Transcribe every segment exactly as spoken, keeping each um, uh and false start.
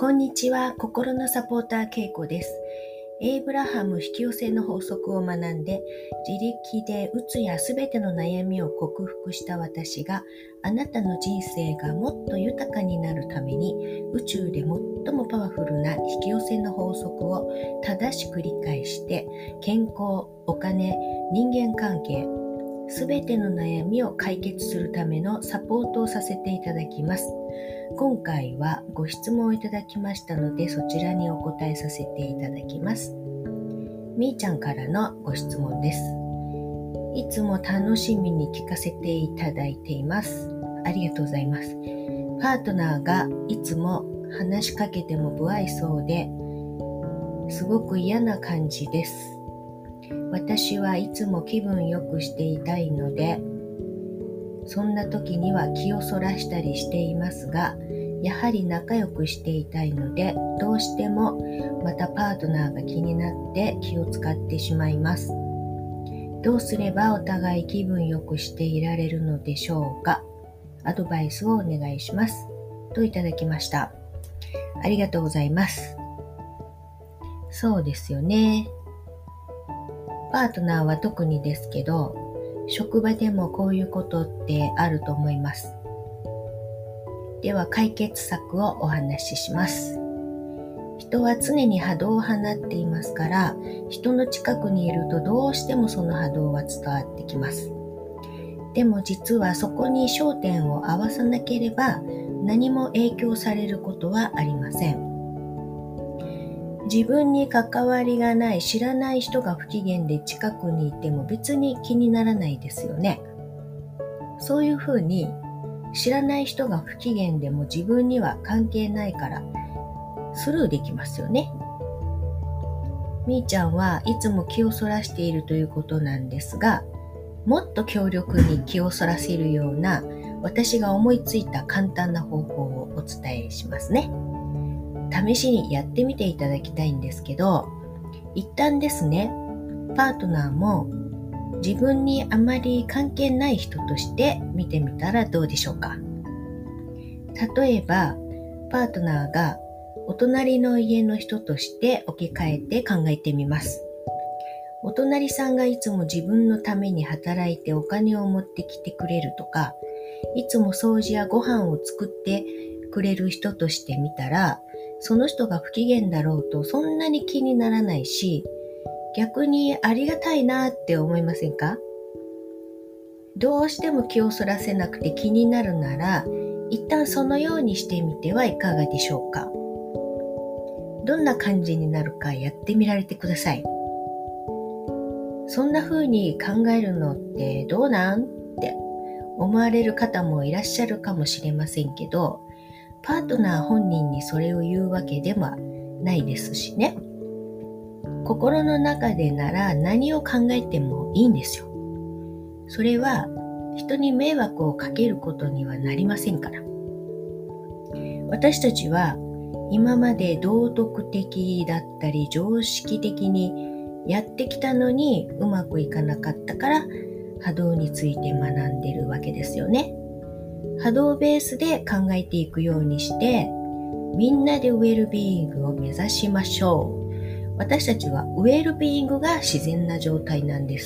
こんにちは。心のサポーターけいこです。エイブラハム引き寄せの法則を学んで、自力でうつやすべての悩みを克服した私が、あなたの人生がもっと豊かになるために、宇宙で最もパワフルな引き寄せの法則を正しく理解して、健康、お金、人間関係、すべての悩みを解決するためのサポートをさせていただきます。今回はご質問をいただきましたので、そちらにお答えさせていただきます。みーちゃんからのご質問です。いつも楽しみに聞かせていただいています。ありがとうございます。パートナーがいつも話しかけても不愛想ですごく嫌な感じです。私はいつも気分良くしていたいので、そんな時には気をそらしたりしていますが、やはり仲良くしていたいので、どうしてもまたパートナーが気になって気を使ってしまいます。どうすればお互い気分良くしていられるのでしょうか。アドバイスをお願いします。といただきました。ありがとうございます。そうですよね。パートナーは特にですけど、職場でもこういうことってあると思います。では解決策をお話しします。人は常に波動を放っていますから、人の近くにいるとどうしてもその波動は伝わってきます。でも実はそこに焦点を合わさなければ何も影響されることはありません。自分に関わりがない知らない人が不機嫌で近くにいても別に気にならないですよね。そういうふうに知らない人が不機嫌でも自分には関係ないからスルーできますよね。みーちゃんはいつも気をそらしているということなんですが、もっと強力に気をそらせるような私が思いついた簡単な方法をお伝えしますね。試しにやってみていただきたいんですけど、一旦ですね、パートナーも自分にあまり関係ない人として見てみたらどうでしょうか。例えば、パートナーがお隣の家の人として置き換えて考えてみます。お隣さんがいつも自分のために働いてお金を持ってきてくれるとか、いつも掃除やご飯を作ってくれる人として見たら、その人が不機嫌だろうとそんなに気にならないし、逆にありがたいなって思いませんか？どうしても気をそらせなくて気になるなら、一旦そのようにしてみてはいかがでしょうか。どんな感じになるかやってみられてください。そんな風に考えるのってどうなんって思われる方もいらっしゃるかもしれませんけど、パートナー本人にそれを言うわけではないですしね。心の中でなら何を考えてもいいんですよ。それは人に迷惑をかけることにはなりませんから。私たちは今まで道徳的だったり常識的にやってきたのにうまくいかなかったから波動について学んでるわけですよね。波動ベースで考えていくようにして、みんなでウェルビーイングを目指しましょう。私たちはウェルビーイングが自然な状態なんです。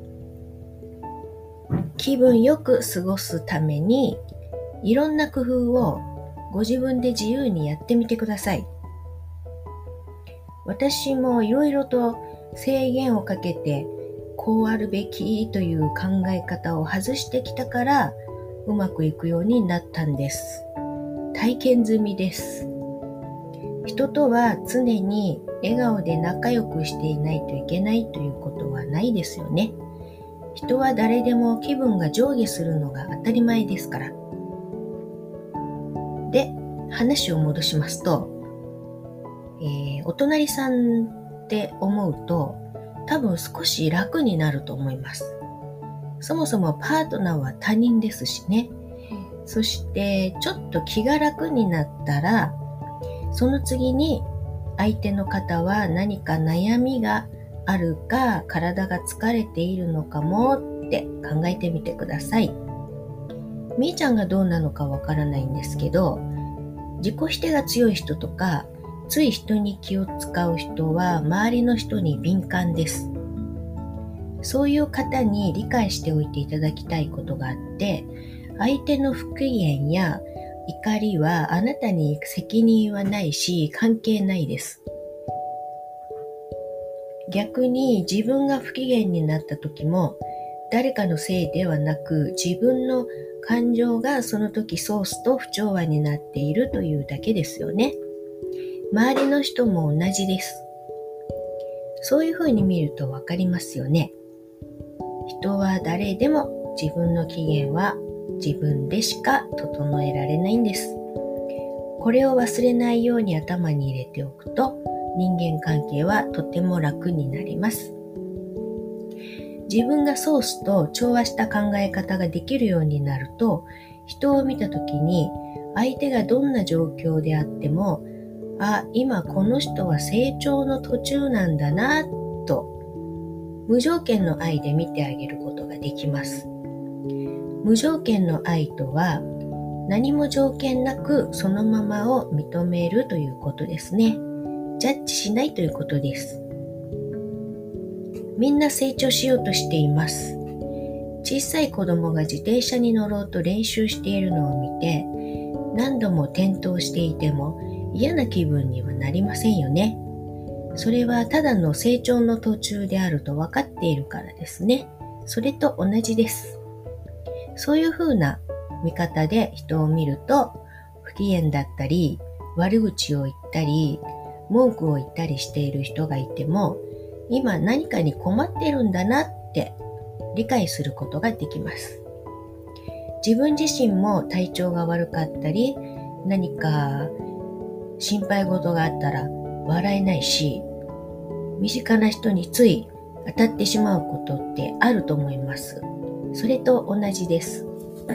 気分よく過ごすために、いろんな工夫をご自分で自由にやってみてください。私もいろいろと制限をかけて、こうあるべきという考え方を外してきたから、うまくいくようになったんです。体験済みです。人とは常に笑顔で仲良くしていないといけないということはないですよね。人は誰でも気分が上下するのが当たり前ですから。で、話を戻しますと、えー、お隣さんって思うと多分少し楽になると思います。そもそもパートナーは他人ですしね。そしてちょっと気が楽になったら、その次に相手の方は何か悩みがあるか、体が疲れているのかもって考えてみてください。みーちゃんがどうなのかわからないんですけど、 自己否定が強い人とか、つい人に気を使う人は周りの人に敏感です。そういう方に理解しておいていただきたいことがあって、相手の不機嫌や怒りはあなたに責任はないし関係ないです。逆に自分が不機嫌になった時も誰かのせいではなく、自分の感情がその時ソースと不調和になっているというだけですよね。周りの人も同じです。そういうふうに見るとわかりますよね。人は誰でも自分の機嫌は自分でしか整えられないんです。これを忘れないように頭に入れておくと、人間関係はとても楽になります。自分がソースと調和した考え方ができるようになると、人を見たときに相手がどんな状況であっても、あ、今この人は成長の途中なんだなと、無条件の愛で見てあげることができます。無条件の愛とは、何も条件なくそのままを認めるということですね。ジャッジしないということです。みんな成長しようとしています。小さい子供が自転車に乗ろうと練習しているのを見て、何度も転倒していても嫌な気分にはなりませんよね。それはただの成長の途中であると分かっているからですね。それと同じです。そういうふうな見方で人を見ると、不機嫌だったり、悪口を言ったり、文句を言ったりしている人がいても、今何かに困ってるんだなって理解することができます。自分自身も体調が悪かったり、何か心配事があったら笑えないし、身近な人につい当たってしまうことってあると思います。それと同じです。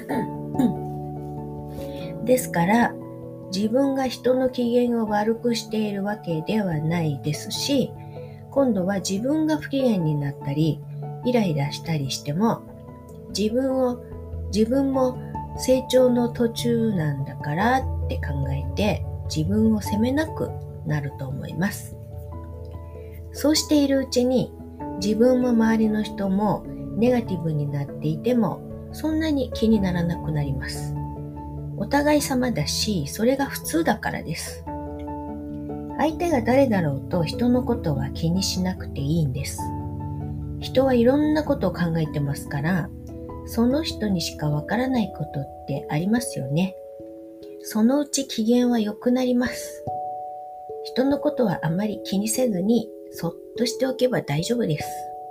ですから、自分が人の機嫌を悪くしているわけではないですし、今度は自分が不機嫌になったり、イライラしたりしても、自分を、自分も成長の途中なんだからって考えて、自分を責めなくなると思います。そうしているうちに、自分も周りの人もネガティブになっていても、そんなに気にならなくなります。お互い様だし、それが普通だからです。相手が誰だろうと人のことは気にしなくていいんです。人はいろんなことを考えてますから、その人にしかわからないことってありますよね。そのうち機嫌は良くなります。人のことはあまり気にせずにそっとしておけば大丈夫です。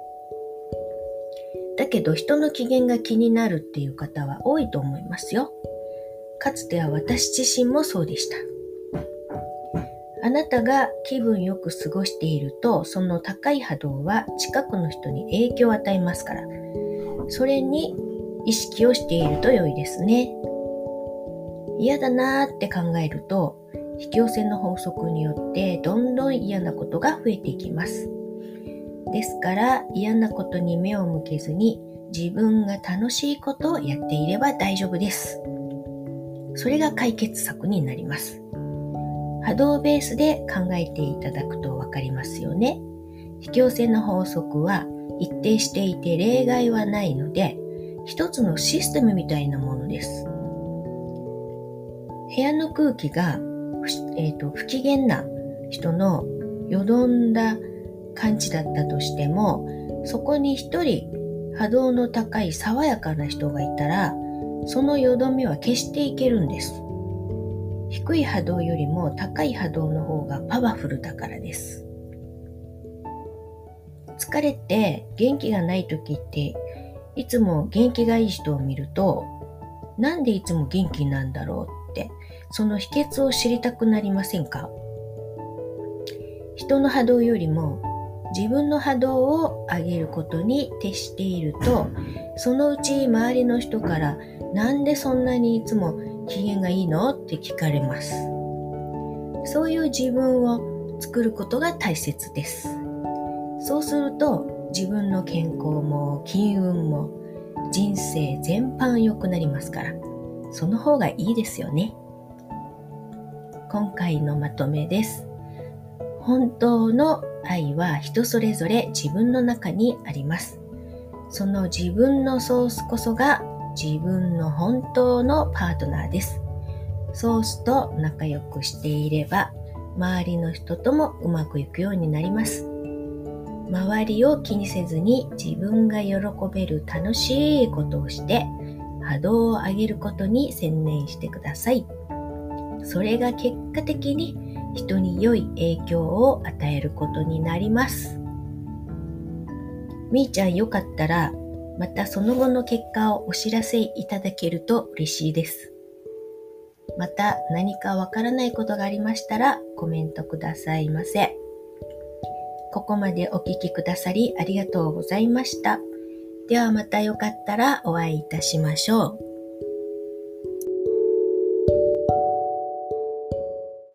だけど人の機嫌が気になるっていう方は多いと思いますよ。かつては私自身もそうでした。あなたが気分よく過ごしていると、その高い波動は近くの人に影響を与えますから、それに意識をしていると良いですね。嫌だなーって考えると、引き寄せの法則によってどんどん嫌なことが増えていきます。ですから嫌なことに目を向けずに自分が楽しいことをやっていれば大丈夫です。それが解決策になります。波動ベースで考えていただくと分かりますよね。引き寄せの法則は一定していて例外はないので、一つのシステムみたいなものです。部屋の空気が、えーと、不機嫌な人のよどんだ感じだったとしても、そこに一人波動の高い爽やかな人がいたら、そのよどみは消していけるんです。低い波動よりも高い波動の方がパワフルだからです。疲れて元気がない時って、いつも元気がいい人を見ると、なんでいつも元気なんだろうって、その秘訣を知りたくなりませんか？人の波動よりも自分の波動を上げることに徹していると、そのうち周りの人からなんでそんなにいつも機嫌がいいのって聞かれます。そういう自分を作ることが大切です。そうすると自分の健康も金運も人生全般良くなりますから、その方がいいですよね。 今回のまとめです。本当の愛は人それぞれ自分の中にあります。その自分のソースこそが自分の本当のパートナーです。ソースと仲良くしていれば、周りの人ともうまくいくようになります。周りを気にせずに自分が喜べる楽しいことをして波動を上げることに専念してください。それが結果的に人に良い影響を与えることになります。みーちゃん、よかったらまたその後の結果をお知らせいただけると嬉しいです。また何かわからないことがありましたらコメントくださいませ。ここまでお聞きくださりありがとうございました。ではまたよかったらお会いいたしましょう。